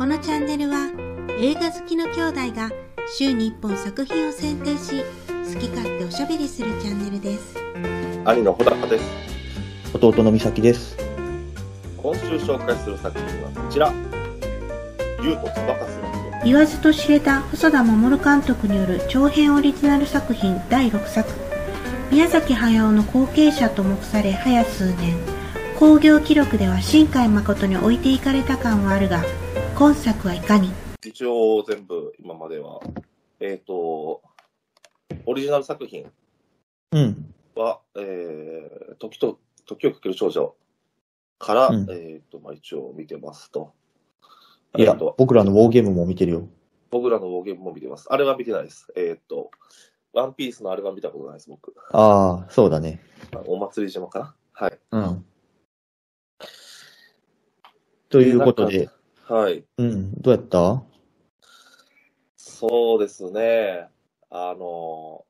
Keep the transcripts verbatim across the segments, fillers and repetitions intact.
このチャンネルは映画好きの兄弟が週にいっぽん作品を選定し、好き勝手おしゃべりするチャンネルです。 兄の穂高です。 弟の美咲です。 今週紹介する作品はこちら、竜とそばかすの人。 言わずと知れた細田守監督による長編オリジナル作品だいろくさく。宮崎駿の後継者と目され早数年、興行記録では新海誠に置いていかれた感はあるが、今作はいかに。 一応全部今まではえっ、ー、とオリジナル作品は、うん、えー、時と時をかける少女から、うん、えっ、ー、とまあ一応見てますと。 いや、僕らのウォーゲームも見てるよ。 僕らのウォーゲームも見てます。あれは見てないです。えっ、ー、とワンピースのあれは見たことないです僕。 ああ、そうだね。 お祭り島かな。はい。 うん。ということで、 はい。 うん、どうやった？ そうですね。あの、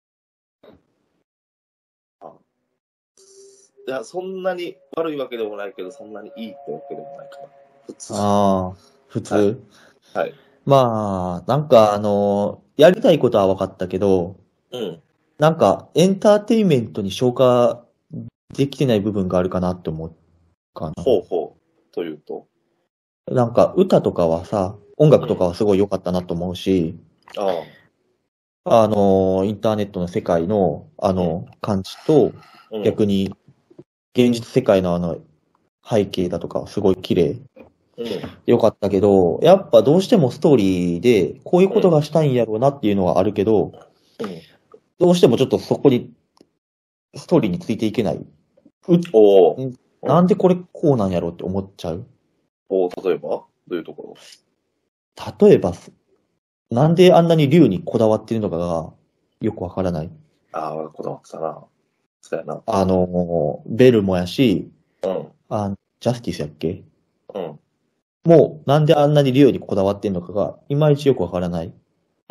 あいや、そんなに悪いわけでもないけど、そんなにいいってわけでもないかな。普通。 ああ、普通、はい、 はい。 まあ、なんかあの、やりたいことは分かったけど、 うん。 なんかエンターテインメントに消化できてない部分があるかなって思うかな。 ほうほう。というと。 なんか歌とかはさ、音楽とかはすごい良かったなと思うし、 うん、ああの、インターネットの世界のあの感じと、うん、逆に現実世界のあの背景だとかすごい綺麗。 うん、 良かったけど、やっぱどうしてもストーリーでこういうことがしたいんやろうなっていうのはあるけど、 うん、 どうしてもちょっとそこにストーリーについていけない。 おなんでこれこうなんやろうって思っちゃう。 お例えばどういうところ？例えば、なんであんなに竜にこだわってるのかがよくわからない。 ああ、こだわってたな。そうやな。 あの、ベルもやし、 うん。 あジャスティスやっけ？ うん。 もう、なんであんなに竜にこだわってるのかが、いまいちよくわからない。 うん。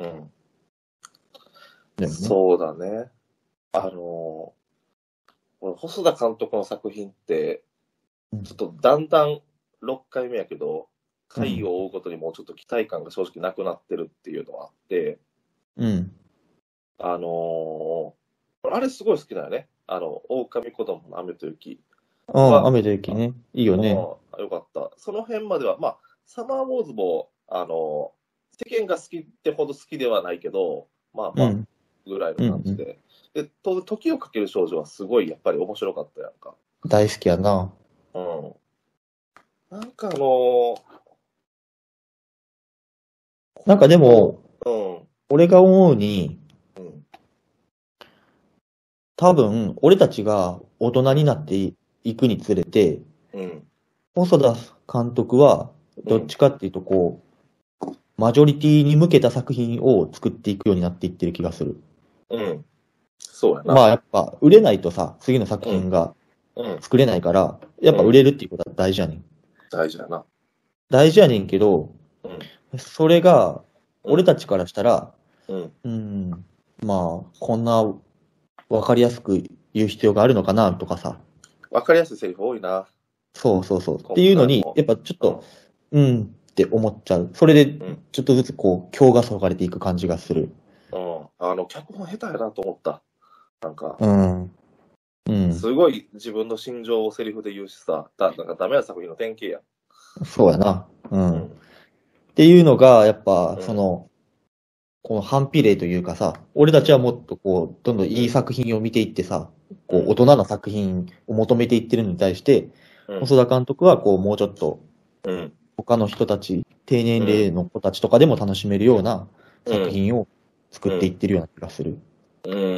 ね、 そうだね。あのー、細田監督の作品って、ちょっとだんだんろっかいめやけど、回を追うごとにもうちょっと期待感が正直なくなってるっていうのはあって、 うん。 あのー、あれすごい好きだよね。あの、狼子供の雨と雪。 ああ、雨と雪ね。いいよね。 よかった。その辺までは、まあ、サマーウォーズも、あのー、世間が好きってほど好きではないけど、まあまあ、うんぐらいの感じで。うんうん、でと、時をかける少女はすごいやっぱり面白かったやんか。 大好きやな。 うん。なんかあのー、 なんかでも、 うん、 俺が思うに、 うん、 多分、俺たちが大人になっていくにつれて、 うん、 細田監督は、どっちかっていうとこう、うん、マジョリティに向けた作品を作っていくようになっていってる気がする。 うん。そうやな。 まあやっぱ、売れないとさ、次の作品が作れないから、うん、やっぱ売れるっていうことは大事やねん。 大事やな。 大事やねんけど、うん、それが、俺たちからしたら、 うん、 うん、まあ、こんな、わかりやすく言う必要があるのかな、とかさ。 わかりやすいセリフ多いな。 そうそうそう。っていうのに、やっぱちょっと、うん、うんって思っちゃう。それで、ちょっとずつこう、強がそがれていく感じがする。 うん。あの、脚本下手やなと思った。なんか。 うん。うん。 すごい自分の心情をセリフで言うしさ、だなんかダメな作品の典型や。 そうやな。うん。うん、っていうのが、やっぱ、 うん、 その、この反比例というかさ、俺たちはもっとこう、どんどんいい作品を見ていってさ、こう、大人な作品を求めていってるのに対して、うん、細田監督はこう、もうちょっと、他の人たち、低年齢の子たちとかでも楽しめるような作品を作っていってるような気がする。 うん。うん、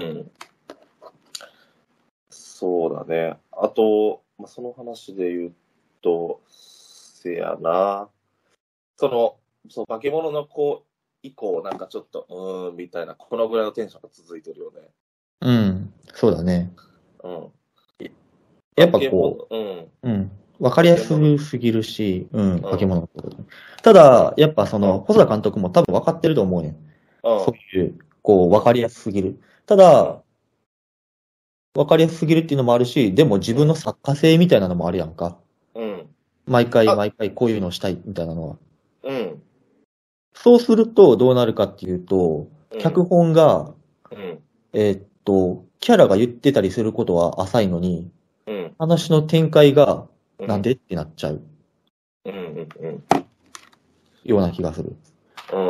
そうだね。あと、まあ、その話で言うと、せやな。その、その化け物の子以降、なんかちょっと、うーん、みたいな、このぐらいのテンションが続いてるよね。 うん、そうだね。 うん。 やっぱこう、うん。 うん。わかりやすすぎるし、うん、化け物の子。ただ、やっぱその、細田監督も多分分かってると思うねん。そういう、こう、わかりやすすぎる。ただ、わかりやすすぎるっていうのもあるし、でも自分の作家性みたいなのもあるやんか。 うん。 毎回毎回こういうのをしたいみたいなのは。 うん。 そうするとどうなるかっていうと、脚本が、 うん、 えーっと、キャラが言ってたりすることは浅いのに、 うん、 話の展開がなんで、 うん、 ってなっちゃううん、うん、うん。 ような気がする。 うん。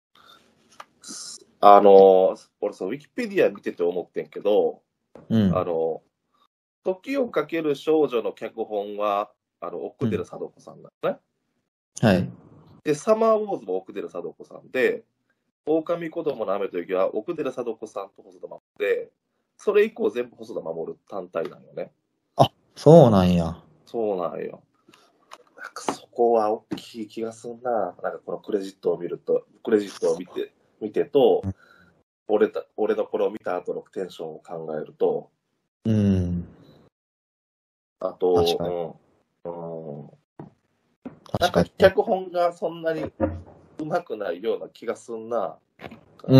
あの、俺さ、ウィキペディア見てて思ってんけど、 うん。 あの、時をかける少女の脚本は、あの、奥寺貞子さんだよね。 はい。 で、サマーウォーズも奥寺貞子さんで、狼子供の雨と雪は奥寺貞子さんと細田守で、それ以降全部細田守単体なんよね。 あ、そうなんや。 そうなんよ。なんかそこは大きい気がするな。なんかこのクレジットを見ると、クレジットを見て、見てと、俺た、俺のこれを見た後のテンションを考えると、 うん。 あと、 確かに。 うん。うん、 確かに、ね。 脚本がそんなにうまくないような気がすんな。 うん。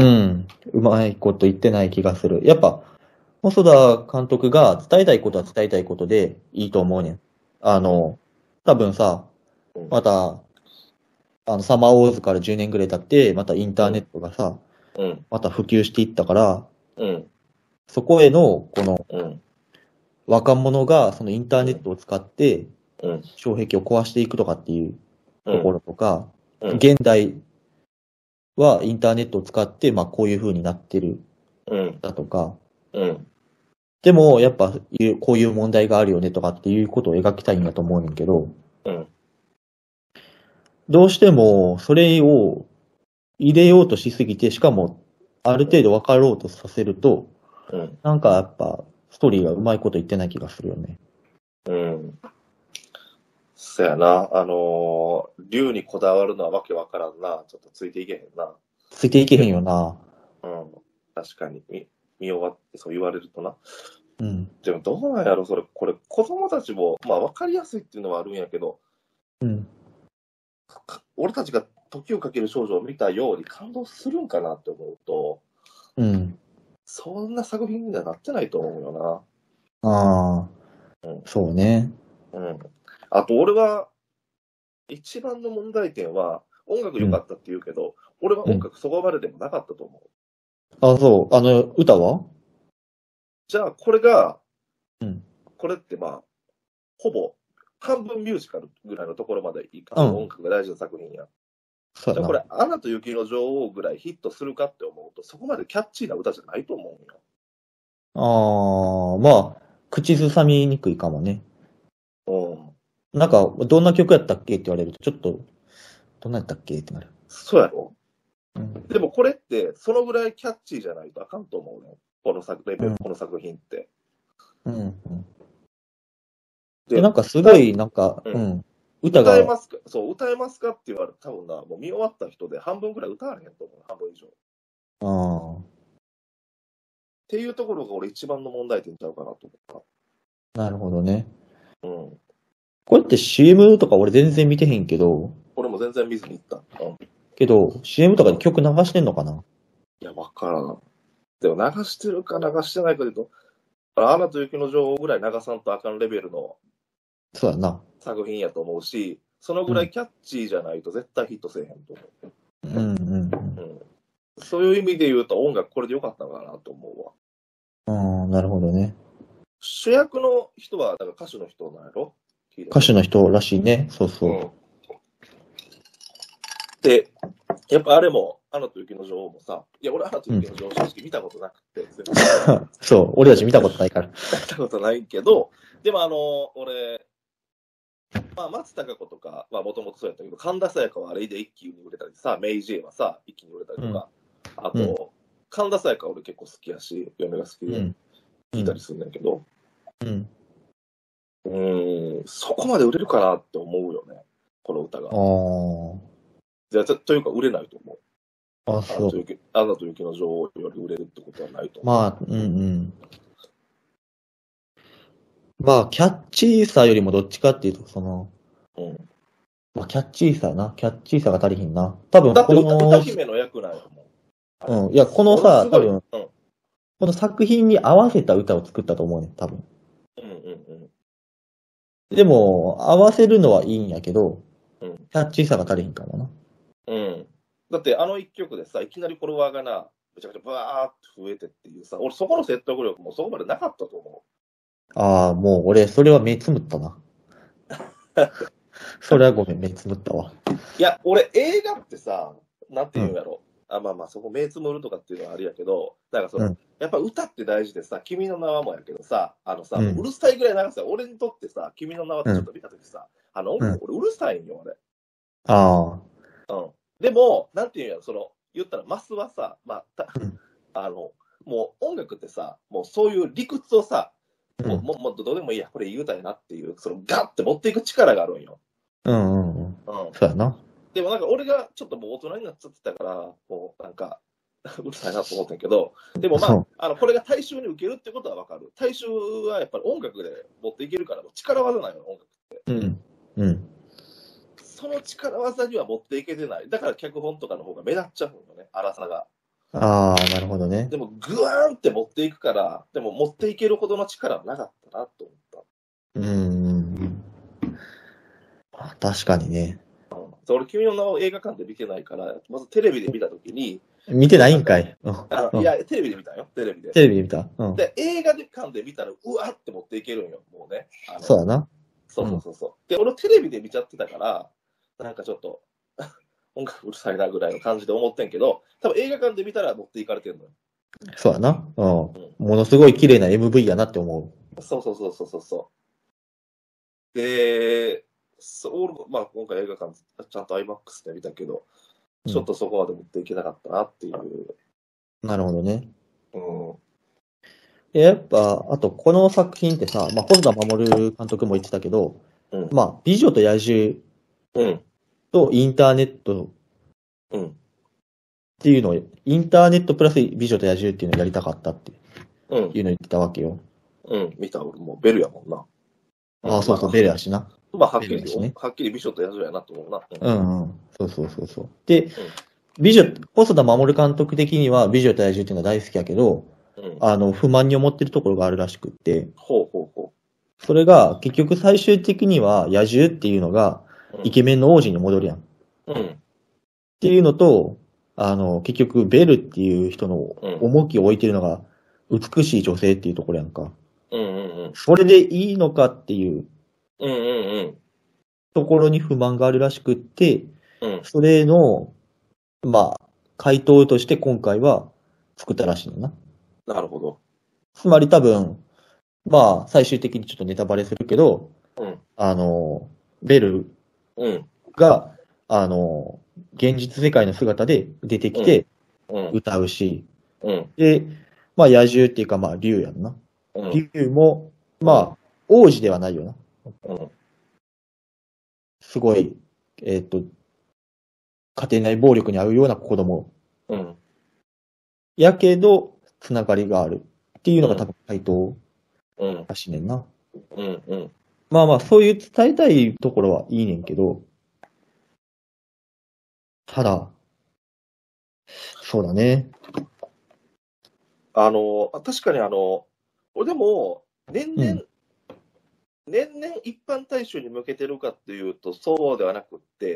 うまいこと言ってない気がする。やっぱ、細田監督が伝えたいことは伝えたいことでいいと思うねん。あの、多分さ、また、あの、サマーウォーズからじゅうねんぐらい経って、またインターネットがさ、 うん、 また普及していったから、 うん、 そこへの、この、 うん、 若者がそのインターネットを使って、 うん、 障壁を壊していくとかっていうところとか、 うん、 現代はインターネットを使って、まあこういう風になってる、だとか、 うん、 でもやっぱこういう問題があるよねとかっていうことを描きたいんだと思うねんけど、 うん、 どうしてもそれを入れようとしすぎて、しかもある程度分かろうとさせると、 うん、 なんかやっぱストーリーがうまいこと言ってない気がするよね。 うん。そやな、あのー、竜にこだわるのはわけわからんな。ちょっとついていけへんな。 ついていけへんよな。 うん。確かに。見、見終わってそう言われるとな。 うん。 でもどうなんやろ、それ。これ、子供たちも、まあわかりやすいっていうのはあるんやけど、 うん。 俺たちが時をかける少女を見たように感動するんかなって思うと、 うん。 そんな作品にはなってないと思うよな。ああ、うん。そうね。 うん。あと俺は、一番の問題点は、音楽良かったって言うけど、うん、俺は音楽そこまででもなかったと思う。 うん、あ、そう。あの、歌はじゃあ、これが、 うん、 これってまあ、ほぼ、半分ミュージカルぐらいのところまでいかす音楽が大事な作品や。うん、じゃあこれ、アナと雪の女王ぐらいヒットするかって思うと、そこまでキャッチーな歌じゃないと思うよ。 ああ、まあ、口ずさみにくいかもね。 うん。 なんか、どんな曲やったっけって言われると、ちょっと、どんなやったっけってなる。 そうやろ、うん、でもこれって、そのぐらいキャッチーじゃないとあかんと思うね。この作レベル、うん、この作品って。うん、うん。 で、なんかすごい、なんか、うん。うん、歌が。 歌えますかそう、歌えますかって言われて、多分な、もう見終わった人で半分ぐらい歌われへんと思う。半分以上。 ああ。 っていうところが俺一番の問題点ちゃうかなと思った。 なるほどね。 うん。 これって シーエム とか俺全然見てへんけど。 俺も全然見ずに行った。うん。 けど、シーエム とかで曲流してんのかな？ いや、わからん。でも流してるか流してないかで言うと、アナと雪の女王ぐらい流さんとあかんレベルのそうやな作品やと思うし、そのぐらいキャッチーじゃないと絶対ヒットせえへんと思う。 うんうんうん。うん、 そういう意味で言うと音楽これでよかったのかなと思うわ。 ああ、なるほどね。 主役の人はなんか歌手の人なんやろ？ 歌手の人らしいね。そうそう。うん、 で、やっぱあれも、アナと雪の女王もさ、いや、俺アナと雪の女王正直見たことなくて、 うん、そう、俺たち見たことないから。見たことないけど、でもあの、俺、まあ、松たか子とかはもともとそうやったけど、神田沙也加はあれで一気に売れたりさ、メイジェイはさ、一気に売れたりとか、うん、あと、うん、神田沙也加は俺結構好きやし、嫁が好きで聞いたりするんだけど、うん。うーん、そこまで売れるかなって思うよね、この歌が。ああ。じゃあ、というか売れないと思う。 あ、そう。 アナと雪の女王より売れるってことはないと思う。まあ、うんうん。まあ、キャッチーさよりもどっちかっていうと、その、うん。まあ、キャッチーさな。キャッチーさが足りひんな。多分、 この。だって歌姫の役なんやもん。うん。いや、このさ、多分、うん、この作品に合わせた歌を作ったと思うね、多分。うんうんうん。でも、合わせるのはいいんやけど、 うん。 キャッチーさが足りひんかもな。 うん。だってあの一曲でさ、いきなりフォロワーがな、めちゃくちゃバーって増えてっていうさ、俺そこの説得力もそこまでなかったと思う。ああ、もう俺、それは目つむったな。それはごめん、目つむったわ。 いや、俺映画ってさ、なんていうんやろ。うん、あまあまあ、そこ目つむるとかっていうのはあるやけど、なんかその、うん、やっぱ歌って大事でさ、君の名はもやけどさ、あのさ、うん、うるさいぐらい長さ、俺にとってさ、君の名はってちょっと見たときさ、うん、あの音楽、俺うるさいんよ、俺。 ああ。うん。でも、なんていうんやろ、その、言ったらマスはさ、まあ、たあの、もう音楽ってさ、もうそういう理屈をさ、もう、ももっとどうでもいいや、これ言うたいなっていう、そのガッて持っていく力があるんよ。 うんうんうん。うん。そうやな。 でもなんか俺がちょっともう大人になっちゃってたから、もうなんか、うるさいなと思ったんやけど、でもまあ、あの、これが大衆に受けるってことはわかる。大衆はやっぱり音楽で持っていけるから、力技なんよ、音楽って。 うん。うん。 その力技には持っていけてない。だから脚本とかの方が目立っちゃうのね、荒さが。 ああ、なるほどね。 でも、グワーンって持っていくから、でも持っていけるほどの力はなかったなと思った。 うん。確かにね。 うん、俺、君の名を映画館で見てないから、まずテレビで見たときに。 見てないんかい。 あいや、テレビで見たよ、テレビで。 テレビで見た。うん、 で、映画館で見たら、うわって持っていけるんよ、もうね。あのそうだな。 そうそうそうそう、うん。で、俺、テレビで見ちゃってたから、なんかちょっと、音楽うるさいなぐらいの感じで思ってんけど、多分映画館で見たら持っていかれてるのよ。 そうやな。うん。ものすごい綺麗な エムブイ やなって思う。そうそうそうそうそう。で、そうまあ、今回映画館ちゃんと アイマックス で見たけど、ちょっとそこまで持っていけなかったなっていう。 うん、なるほどね。 うん。 やっぱ、あとこの作品ってさ、まあ、細田守監督も言ってたけど、うん、まあ、美女と野獣とインターネットっていうのを、インターネットプラス美女と野獣っていうのをやりたかったっていうのを言ってたわけよ。 うん、見た。俺もうベルやもんな。 ああ、そうそう、ベルやしな。 まあ、はっきり、ね、はっきり美女と野獣やなと思うな。 うん、うん、うん。そうそうそうそう。で、うん、美女、細田守監督的には美女と野獣っていうのは大好きやけど、うん、あの、不満に思ってるところがあるらしくって、 ほうほうほう。それが、結局最終的には野獣っていうのが、イケメンの王子に戻るやん。 うん。 っていうのと、あの、結局、ベルっていう人の重きを置いてるのが、美しい女性っていうところやんか。 うんうんうん。 それでいいのかっていう、 うんうんうん。 ところに不満があるらしくって、 うん、 それの、まあ、回答として今回は作ったらしいのな。 なるほど。 つまり多分、まあ、最終的にちょっとネタバレするけど、 うん、 あの、ベルが、うん、あの、現実世界の姿で出てきて、歌うし、 うんうん、 で、まあ、野獣っていうか、まあ、竜やんな。 うん、 竜も、まあ、王子ではないよな。 うん、 すごい、えっと、家庭内暴力に遭うような子供。 うん。 やけど、つながりがあるっていうのが多分回答らしいねんな。 うん、うん。 まあまあ、そういう伝えたいところはいいねんけど、ただ、そうだね。 あの、確かにあの、俺でも、年々、うん年々一般大衆に向けてるかっていうとそうではなくって、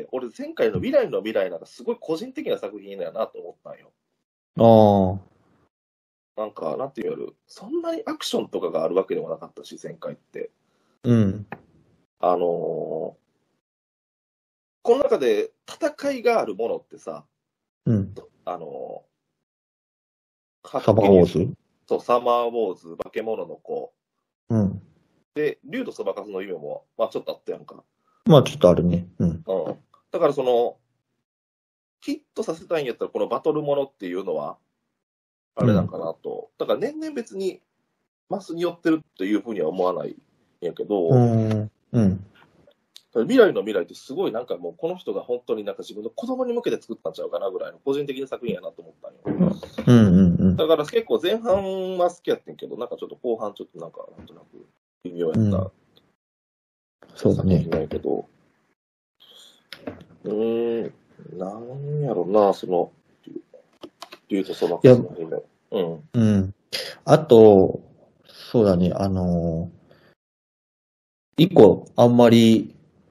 俺前回の未来の未来なんかすごい個人的な作品だよなと思ったんよ。 ああ。なんか、なんていうより、そんなにアクションとかがあるわけでもなかったし、前回って。 うん。 あのー、この中で戦いがあるものってさ、 うん。 あのー、サマーウォーズそう、サマーウォーズ、化け物の子。 うん。 で、竜とそばかすの夢も、まあちょっとあったやんか。 まあちょっとあるね。うん。 うん。だからその、ヒットさせたいんやったら、このバトルものっていうのは、あれなんかなと。うん、だから年々別に、マスに寄ってるっていうふうには思わないんやけど、 うん。うん。 未来の未来ってすごいなんかもうこの人が本当になんか自分の子供に向けて作ったんちゃうかなぐらいの個人的な作品やなと思ったんよ。 うんうんうん。 だから結構前半は好きやってんけど、なんかちょっと後半ちょっとなんか、なんとなく、微妙やった、うん。 そうだね。 ないけど。うーん、なんやろな、その、竜とそばかすの夢。うん。 うん。あと、そうだね、あのー、一個あんまり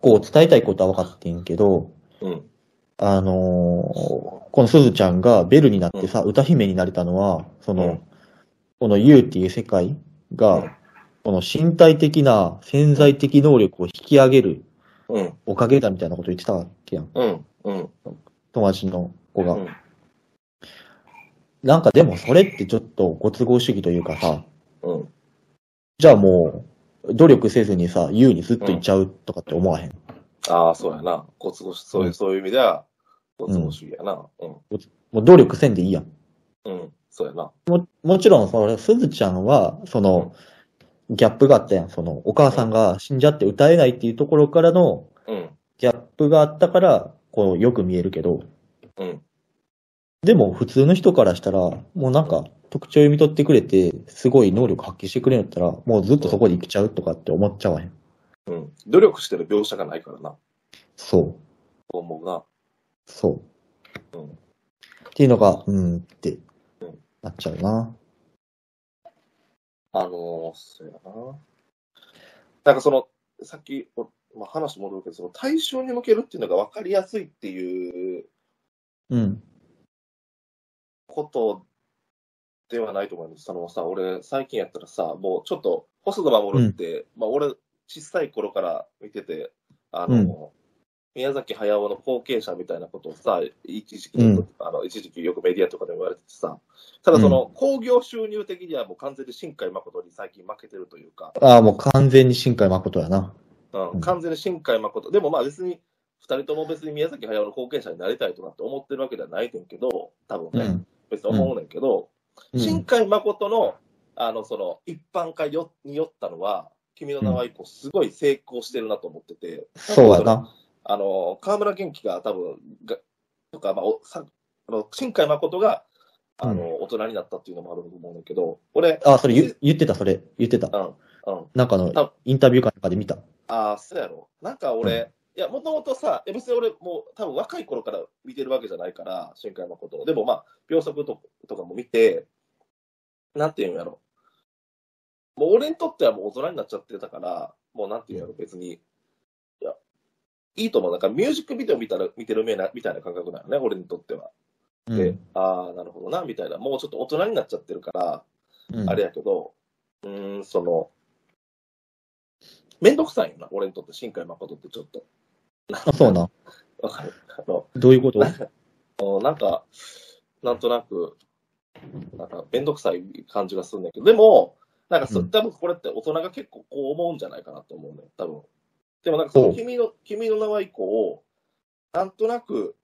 構伝えたいことは分かってんけど、 うん。 あのー、このすずちゃんがベルになってさ、うん、歌姫になれたのは、その、うん、この ユー っていう世界が、うん、この身体的な潜在的能力を引き上げるおかげだみたいなこと言ってたわけやん。 うん。うん。 友達の子が。うん、なんかでもそれってちょっとご都合主義というかさ、 うん、 じゃあもう、努力せずにさ、ユー にずっといっちゃうとかって思わへん。うん、 ああ、そうやな。ご都合、そういう、うん、そういう意味では、ご都合主義やな。うん。 もう努力せんでいいやん。 うん、そうやな。 も、もちろん、その、すずちゃんは、その、うん、ギャップがあったやん。その、お母さんが死んじゃって歌えないっていうところからの、 うん。 ギャップがあったから、こう、よく見えるけど、 うん。 でも、普通の人からしたら、もうなんか、特徴読み取ってくれて、すごい能力発揮してくれるんだったら、もうずっとそこで生きちゃうとかって思っちゃわへん。 うん。努力してる描写がないからな。 そう。 そう思うな。 そう。うん。 っていうのが、うんってなっちゃうな。 あのー、そうやな。なんかその、さっき、まあ、話戻るけど、その対象に向けるっていうのが分かりやすいっていう、 うん。 ことではないと思うんです。そのさ、俺、最近やったらさ、もうちょっと、細田守って、うん、まあ俺、小さい頃から見てて、あの、うん、宮崎駿の後継者みたいなことをさ、一時期、うん、あの一時期よくメディアとかでも言われててさ、ただその、興行収入的にはもう完全に新海誠に最近負けてるというか。 ああ、もう完全に新海誠やな。 うん、完全に新海誠。でもまあ別に、二人とも別に宮崎駿の後継者になりたいとかって思ってるわけではないねんけど、多分ね、うん、別に思うねんけど、うん、新海誠の、あの、その、一般化によったのは、君の名は以降、すごい成功してるなと思ってて。うん、 そうやな。 あの、河村元気が多分、がとか、まあ、さあの新海誠が、あの、うん、大人になったっていうのもあると思うんだけど、俺。 あ、それ言言ってた、それ。言ってた。 うん。うん。 なんかの、インタビューかなんかで見た。 ああ、そうやろ。なんか俺、うん、いや、もともとさ、別に俺もう多分若い頃から見てるわけじゃないから、新海誠を。でもまあ、秒速ととかも見て、なんていうんやろ。もう俺にとってはもう大人になっちゃってたから、もうなんていうんやろ、別に。いや、いいと思う。なんかミュージックビデオ見たら、見てるみたいな感覚なのね、俺にとっては。で、うん、ああ、なるほどな、みたいな。もうちょっと大人になっちゃってるから、うん、あれやけど、うーん、その、めんどくさいよな、俺にとって、新海誠ってちょっと。 あ、そうな。 わかる。あのどういうことなんか、なんとなく、なんか、めんどくさい感じがするんだけど、でも、なんかそ、うん、多分これって大人が結構こう思うんじゃないかなと思うね、多分。でもなんかその君の、君の名は以降、なんとなく、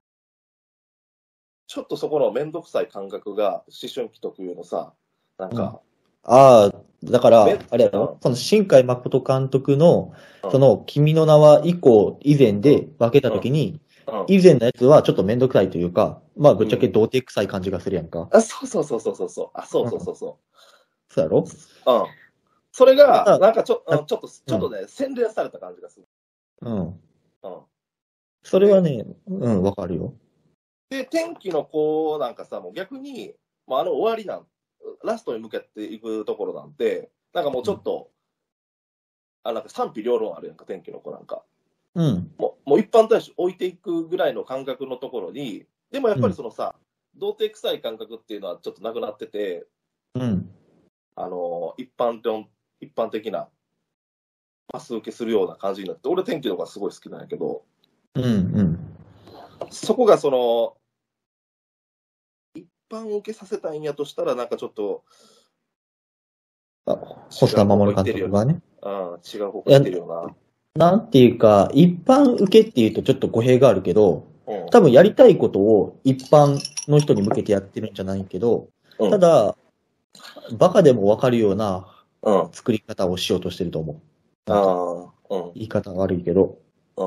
ちょっとそこのめんどくさい感覚が思春期特有のさ、なんか、うん、 ああ、だから、あれやろ、うん、その新海誠監督の、うん、その君の名は以降、以前で分けたときに、うんうん、以前のやつはちょっとめんどくさいというか、まあぶっちゃけ童貞臭い感じがするやんか。 うん、あ、そうそうそうそうそう。あ、そうそうそうそう。うん、 そうやろ？ うん。それが、なんかちょ、うん、ちょっと、ちょっとね、うん、洗練された感じがする。 うん。うん。それはね、うん、わかるよ。 で、天気の子なんかさ、もう逆に、もうあの終わりなん、ラストに向けていくところなんて、なんかもうちょっと、うん、あ、なんか賛否両論あるやんか、天気の子なんか。 うん。 もう、もう一般大使置いていくぐらいの感覚のところに、でもやっぱりそのさ、うん、童貞臭い感覚っていうのはちょっとなくなってて、 うん。 あの、一般論、一般的な、パス受けするような感じになって、俺天気の子がすごい好きなんやけど、 うんうん。 そこがその、一般受けさせたいんやとしたら、なんかちょっと、 あ、細田守監督がね。 うん、違う方向行ってるよな。 なんていうか、一般受けっていうとちょっと語弊があるけど、 うん、 多分やりたいことを一般の人に向けてやってるんじゃないけど、うん、ただ、バカでもわかるような作り方をしようとしてると思う。 ああ、うん、 言い方悪いけど、 うん、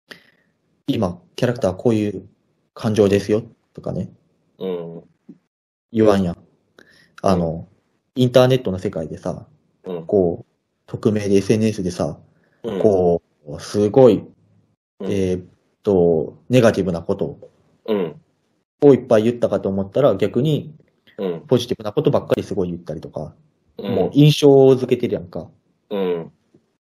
今、キャラクターはこういう感情ですよ、とかね。 うん、 言わんやん。あの、うん、インターネットの世界でさ、 うん、 こう、匿名で エスエヌエス でさ、 うん、 こう、すごい、うん、えー、っと、ネガティブなことをいっぱい言ったかと思ったら、逆に、ポジティブなことばっかりすごい言ったりとか、うん、もう印象付けてるやんか。 うん。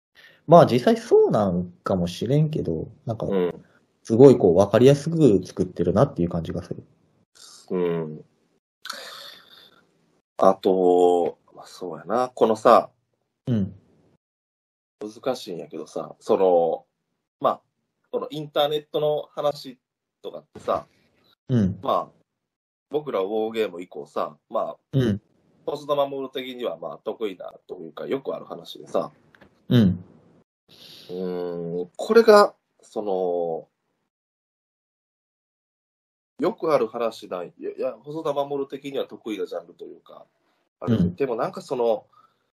まあ実際そうなんかもしれんけど、なんかう、ん。 すごいこう分かりやすく作ってるなっていう感じがする。 うん。あと、まあ、そうやな。このさ、 うん。 難しいんやけどさ、その、まあ、このインターネットの話とかってさ、 うん。 まあ、僕らウォーゲーム以降さ、まあ、 うん。 細田守的にはまあ得意なというか、よくある話でさ、 うん。 うーん、これが、その、よくある話なんいや、いや細田守的には得意なジャンルというか、ある、 うん。 でもなんかその、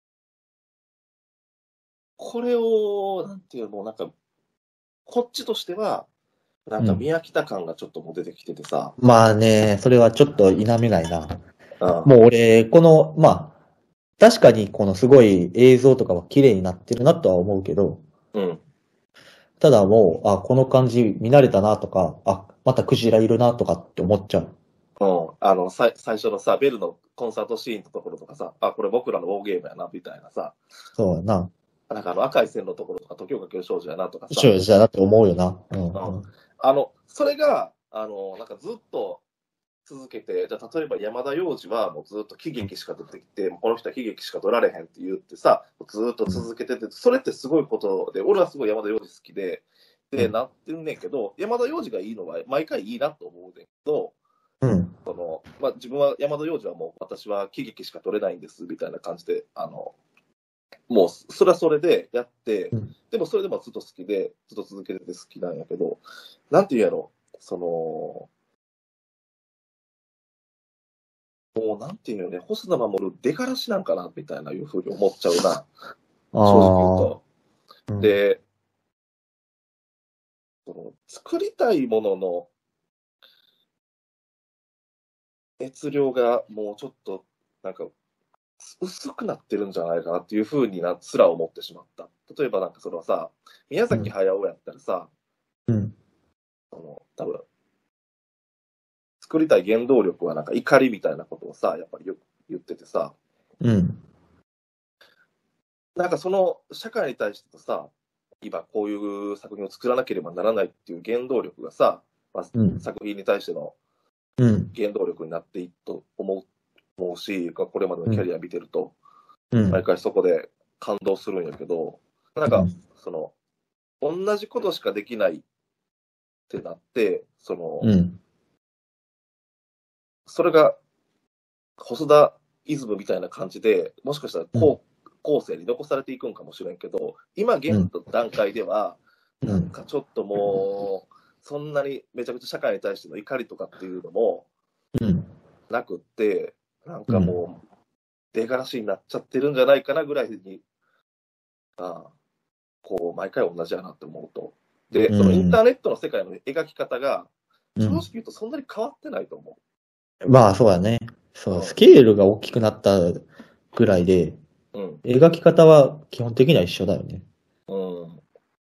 これを、なんていうの、なんか、こっちとしては、なんか見飽きた感がちょっともう出てきててさ、 まあね、それはちょっと否めないな。 うん、 もう俺、この、まあ、確かにこのすごい映像とかは綺麗になってるなとは思うけど、 うん、 ただもう、あ、この感じ見慣れたなとか、あ、またクジラいるなとかって思っちゃう。 うん、あの、さ最初のさ、ベルのコンサートシーンのところとかさ、あ、これ僕らのウォーゲームやな、みたいなさ、 そうやな。 なんかあの赤い線のところとか、時をかける少女やなとかさ、 そうじゃなって思うよな。うん。 うん、あの、それが、あの、なんかずっと続けて、じゃあ例えば山田洋次はもうずっと喜劇しか出てきて、この人は喜劇しか撮られへんって言ってさ、ずっと続けてて、それってすごいことで、俺はすごい山田洋次好きで、で、なってんねんけど、山田洋次がいいのは毎回いいなと思うねんけど、 うん。 その、まあ、自分は山田洋次はもう私は喜劇しか撮れないんですみたいな感じで、あの、もうそれはそれでやって、 うん、 でもそれでもずっと好きで、ずっと続けてて好きなんやけど、なんていうんやろ、その、もうなんていうのね、細田守出がらしなんかなみたいないうふうに思っちゃうな、正直言うと。 うん、 で、その作りたいものの熱量がもうちょっと、なんか、薄くなってるんじゃないかなっていうふうになすら思ってしまった。例えばなんかそのさ、宮崎駿やったらさ、 うん、 その多分、作りたい原動力はなんか怒りみたいなことをさ、やっぱりよく言っててさ、 うん、 なんかその社会に対してさ、今こういう作品を作らなければならないっていう原動力がさ、まあ、 うん、 作品に対しての原動力になっていくと思う思うし、これまでのキャリア見てると、 うん、 毎回そこで感動するんやけど、なんか、その、同じことしかできないってなって、その、 うん、 それが細田イズムみたいな感じで、もしかしたら後,、後世に残されていくんかもしれんけど、今現段階では、なんかちょっともう、そんなにめちゃくちゃ社会に対しての怒りとかっていうのもなくって、なんかもう、出がらしになっちゃってるんじゃないかなぐらいに、あこう、毎回同じやなって思うと。で、そのインターネットの世界の描き方が、正直言うとそんなに変わってないと思う。まあそうだね。そう、スケールが大きくなったぐらいで、うん、描き方は基本的には一緒だよね。 うん。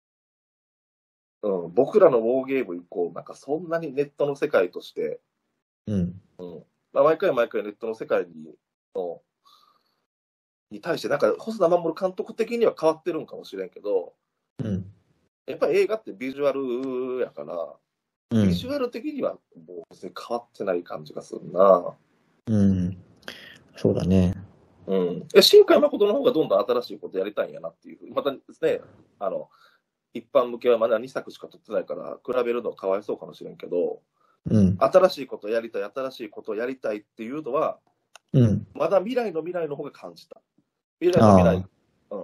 うん、僕らのウォーゲーム以降、なんかそんなにネットの世界として、 うんうんまあ、毎回毎回ネットの世界にのに対して、なんか細田守監督的には変わってるんかもしれんけど、 うん、 やっぱり映画ってビジュアルやから、うん、ビジュアル的にはもう別に変わってない感じがするな。 うん、そうだね。 うん、新海誠の方がどんどん新しいことやりたいんやなっていう、またですね、あの一般向けはまだにさくしか撮ってないから、比べるのはかわいそうかもしれんけど、うん、新しいことやりたい、新しいことをやりたいっていうのは、うん、まだ未来の未来の方が感じた。未来の未来。うん。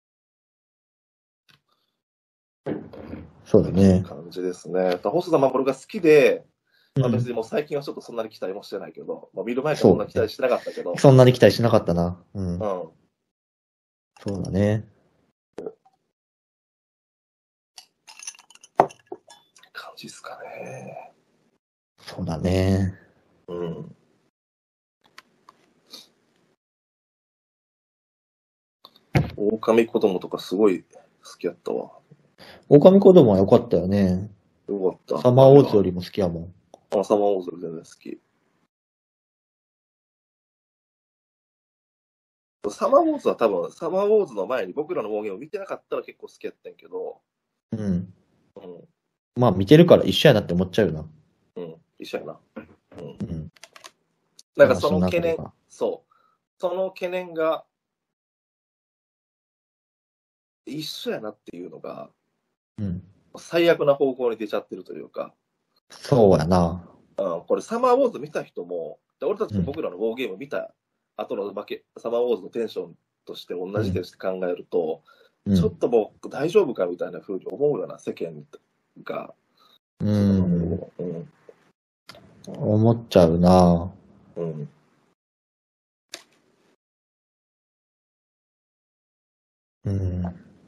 そうだね。 感じですね。細田守が好きで、まあ、別にもう最近はちょっとそんなに期待もしてないけど、まあ、見る前からそんな期待してなかったけど。 そんなに期待しなかったな。うん。うん、 そうだね。 感じですかね。 そうだね。 うん。狼子供とかすごい好きやったわ。 狼子供は良かったよね。 よかった。 サマーウォーズよりも好きやもん。 あ、サマーウォーズより全然好き。 サマーウォーズは多分、サマーウォーズの前に僕らのウォーゲームを見てなかったら結構好きやったんやけど。 うん。うん。まあ見てるから一緒やなって思っちゃうよな。 うん、一緒やな。うん。 うん。 なんかその懸念、そう。その懸念が、一緒やなっていうのが、 うん。 最悪な方向に出ちゃってるというか。 そうやな。 うん、これサマーウォーズ見た人も、俺たちと僕らのウォーゲーム見た後の負け、うん、サマーウォーズのテンションとして同じとして考えると、うん、ちょっともう大丈夫かみたいな風に思うような世間が。 うん。うん、思っちゃうな。うん。うん。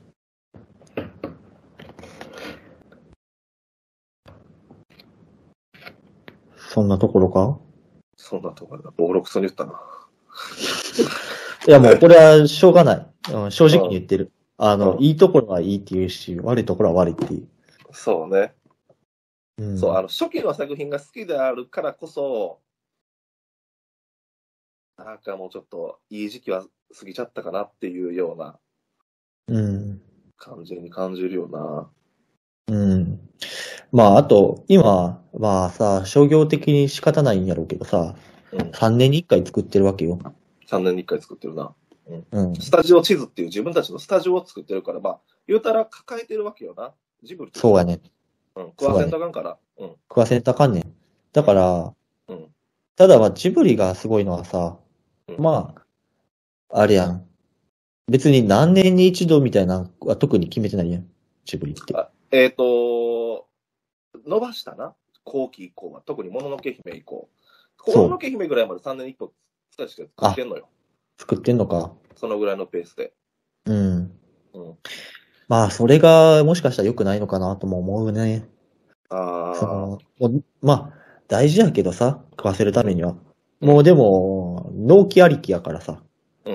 そんなところか？ そんなところだ。ボロクソに言ったな。 いやもうこれはしょうがない。うん、正直に言ってる。あの、うん、いいところはいいって言うし、悪いところは悪いっていう。 そうね。うん、そう、あの、初期の作品が好きであるからこそ、なんかもうちょっといい時期は過ぎちゃったかなっていうような、うん。感じに感じるよな。 うん。まあ、あと、今、まあさ、商業的に仕方ないんやろうけどさ、うん、さんねんにいっかい作ってるわけよ。 さんねんにいっかい作ってるな。うん。スタジオ地図っていう自分たちのスタジオを作ってるから、まあ、言うたら抱えてるわけよな。ジブリ。 そうやね。 うん。食わせんとかんから。うん。 食わせんとかんねん。だから、うん。ただまあ、ジブリがすごいのはさ、うん、まあ、あれやん。別に何年に一度みたいなのは特に決めてないやん。ジブリって。 あえっ、ー、と、伸ばしたな。後期以降は。特にもののけ姫以降。もののけ姫ぐらいまでさんねんにいっこ作ってんのよ。 作ってんのか。 そのぐらいのペースで。 うん。うん、まあ、それがもしかしたら良くないのかなとも思うね。ああ。その、まあ、大事やけどさ、食わせるためには。うん、もうでも、納期ありきやからさ。うん。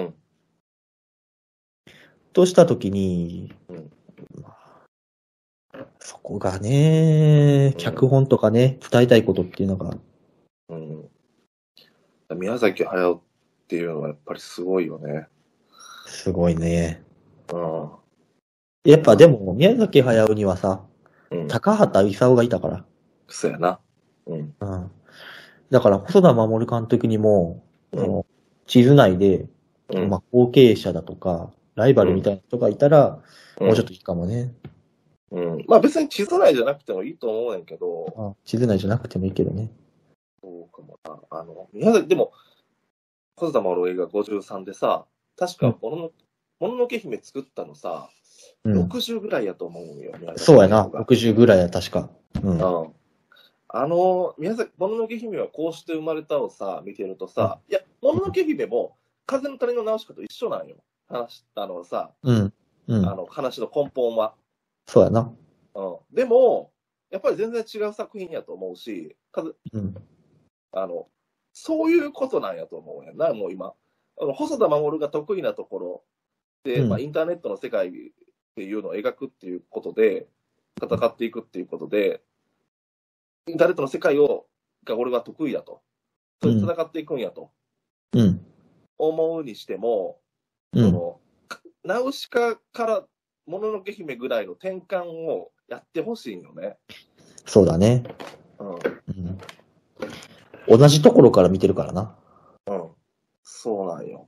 としたときに、うんまあ、そこがね、脚本とかね、うん、伝えたいことっていうのが。 うん。宮崎駿っていうのはやっぱりすごいよね。 すごいね。うん。やっぱでも、宮崎駿にはさ、うん、高畑勲がいたから。 そうやな。うん。 うん。だから、細田守監督にも、うん、その地図内で、うん、まあ、後継者だとか、ライバルみたいな人がいたら、うん、もうちょっといいかもね。 うん。まあ別に地図内じゃなくてもいいと思うねんけど。 あ地図内じゃなくてもいいけどね。 そうかもな。あの、宮崎、でも、細田守映画ごじゅうさんでさ、確か、ものの、もののけ姫作ったのさ、うん、ろくじゅうぐらいやと思うよ、宮崎。 そうやな、ろくじゅうぐらいや、確か。うん。 うん、あの、宮崎、もののけ姫はこうして生まれたをさ、見てるとさ、うん、いや、もののけ姫も、風の谷のナウシカと一緒なんよ。話、あのさ、うん。うん。あの、話の根本は。 そうやな。 うん。でも、やっぱり全然違う作品やと思うし、風、うん。あの、そういうことなんやと思うやな、もう今。あの細田守が得意なところで、うん、まあ、インターネットの世界っていうのを描くっていうことで、戦っていくっていうことで、インターネットの世界をが俺は得意だと。それで戦っていくんやと。うん。思うにしても、うん、その、ナウシカからもののけ姫ぐらいの転換をやってほしいよね。 そうだね。うん。うん、同じところから見てるからな。 うん。そうなんよ。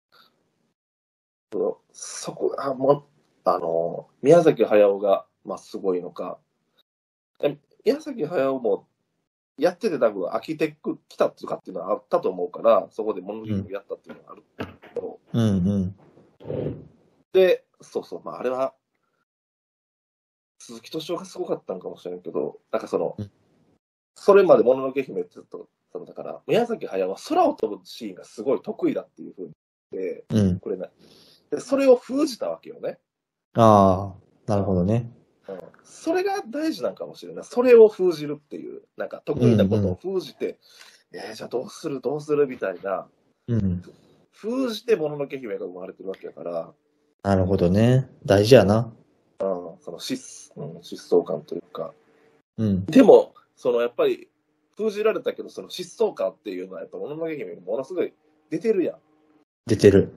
そこ、あ、もあの、宮崎駿が、まあ、すごいのか。宮崎駿も、やってて多分飽きてきたとかっていうのはあったと思うから、そこでもののけ姫やったっていうのがあるけど。うんうん。で、そうそう、まあ、あれは、鈴木敏夫がすごかったんかもしれんけど、なんかその、うん、それまでもののけ姫ってずっと、そのだから、宮崎駿は空を飛ぶシーンがすごい得意だっていうふうに言って、うん、これね。で、それを封じたわけよね。 ああ、なるほどね、 うん。それが大事なんかもしれない。それを封じるっていう、なんか得意なことを封じて、うんうん、えー、じゃあどうするどうするみたいな、うん、封じてもののけ姫が生まれてるわけやから。 なるほどね。大事やな。 うん、その疾、うん、疾走感というか。うん。でも、そのやっぱり、封じられたけど、その疾走感っていうのは、やっぱもののけ姫にものすごい出てるやん。 出てる。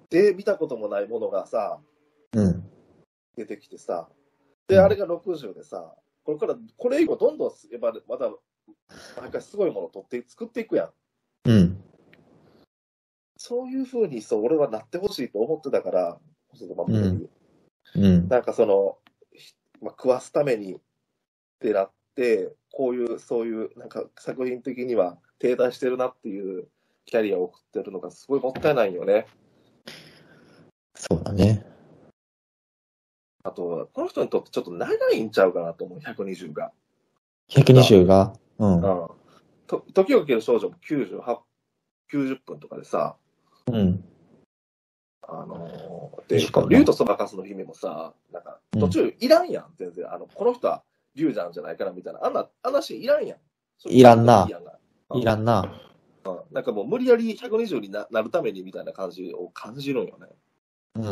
で、見たこともないものがさ、 うん。 出てきてさ、で、あれがろくじゅうでさ、これから、これ以降どんどん、やっぱまた、毎回すごいものを取って作っていくやん。 うん。 そういう風に、そう、俺はなってほしいと思ってたから、細田守に。 うん。 なんかその、まあ、食わすためにってなって、こういう、そういう、なんか作品的には停滞してるなっていうキャリアを送ってるのがすごいもったいないよね。 そうだね。 あと、この人にとってちょっと長いんちゃうかなと思う、ひゃくにじゅうが。 ひゃくにじゅうがうん。 うん。と時をかける少女もきゅうじゅうはち、きゅうじゅっぷんとかでさ、 うん。 あのー、で、竜とそばかすの姫もさ、なんか、途中いらんやん、全然。あの、この人は竜じゃんじゃないからみたいな。あんな、あんなシーンいらんやん。 いらんな。 いいらんな。 うん。なんかもう無理やりひゃくにじゅうに な, なるためにみたいな感じを感じるんよね。 うん。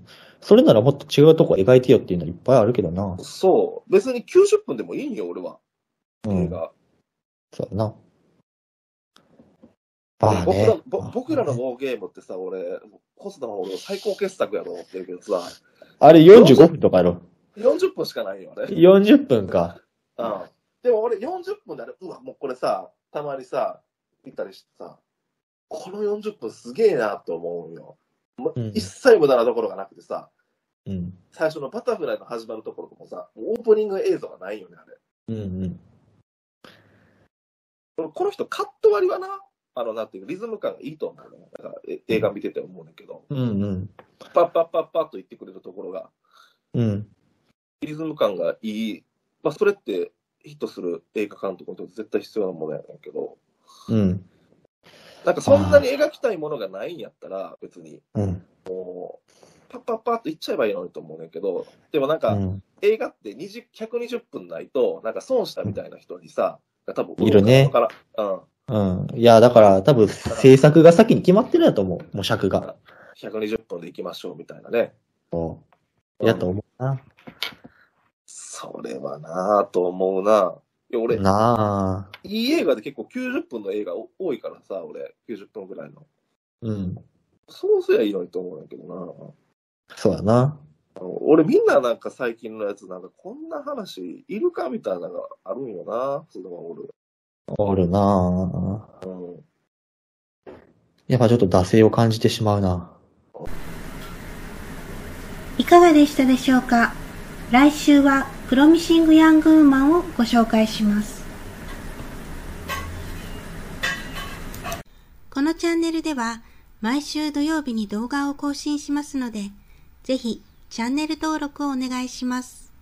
それならもっと違うとこ描いてよっていうのはいっぱいあるけどな。 そう。別にきゅうじゅっぷんでもいいんよ、俺は。映画。うん、 そうだな。ああ僕らぼ僕らのウォーゲームってさ、俺、細田の俺最高傑作やと思ってるけどさ。 あれよんじゅうごふんとかやろ。 よんじゅっぷんしかないよね。 よんじゅっぷんか。 うん。でも俺よんじゅっぷんであれ、うわ、もうこれさ、たまにさ、見たりしてさ、このよんじゅっぷんすげえなと思うんよ。うん、一切無駄なところがなくてさ、 うん、 最初のバタフライの始まるところともさ、オープニング映像がないよね、あれ。うんうん。この人、カット割りはな、あの、なんていうリズム感がいいと思うね。だから映画見てて思うんだけど、 うんうん、 パッパッパッパッと言ってくれるところが、 うん、 リズム感がいい。まあ、それってヒットする映画監督にとって絶対必要なものやねんけど、 うん。 なんかそんなに描きたいものがないんやったら、別に、 うん、 もう、パッパッパッと言っちゃえばいいのにと思うねんけど、でもなんか、うん、映画ってひゃくにじゅっぷんないと、なんか損したみたいな人にさ、多分いるね。うん。うん。いや、だから多分制作が先に決まってるやと思う。もう尺が。 ひゃくにじゅっぷんで行きましょうみたいなね。 そう。やと思うな。 それはなぁと思うな。いや、俺、 なぁ。 いい映画で結構きゅうじゅっぷんの映画多いからさ、俺、きゅうじゅっぷんぐらいの。 うん。 そうすりゃいいのにと思うんだけどな。 そうだな。 俺みんななんか最近のやつなんかこんな話いるかみたいなのがあるんよな。それは俺。 おるなぁ。うん。やっぱちょっと惰性を感じてしまうな。 いかがでしたでしょうか。来週はプロミシングヤングウーマンをご紹介します。このチャンネルでは毎週土曜日に動画を更新しますので、ぜひチャンネル登録をお願いします。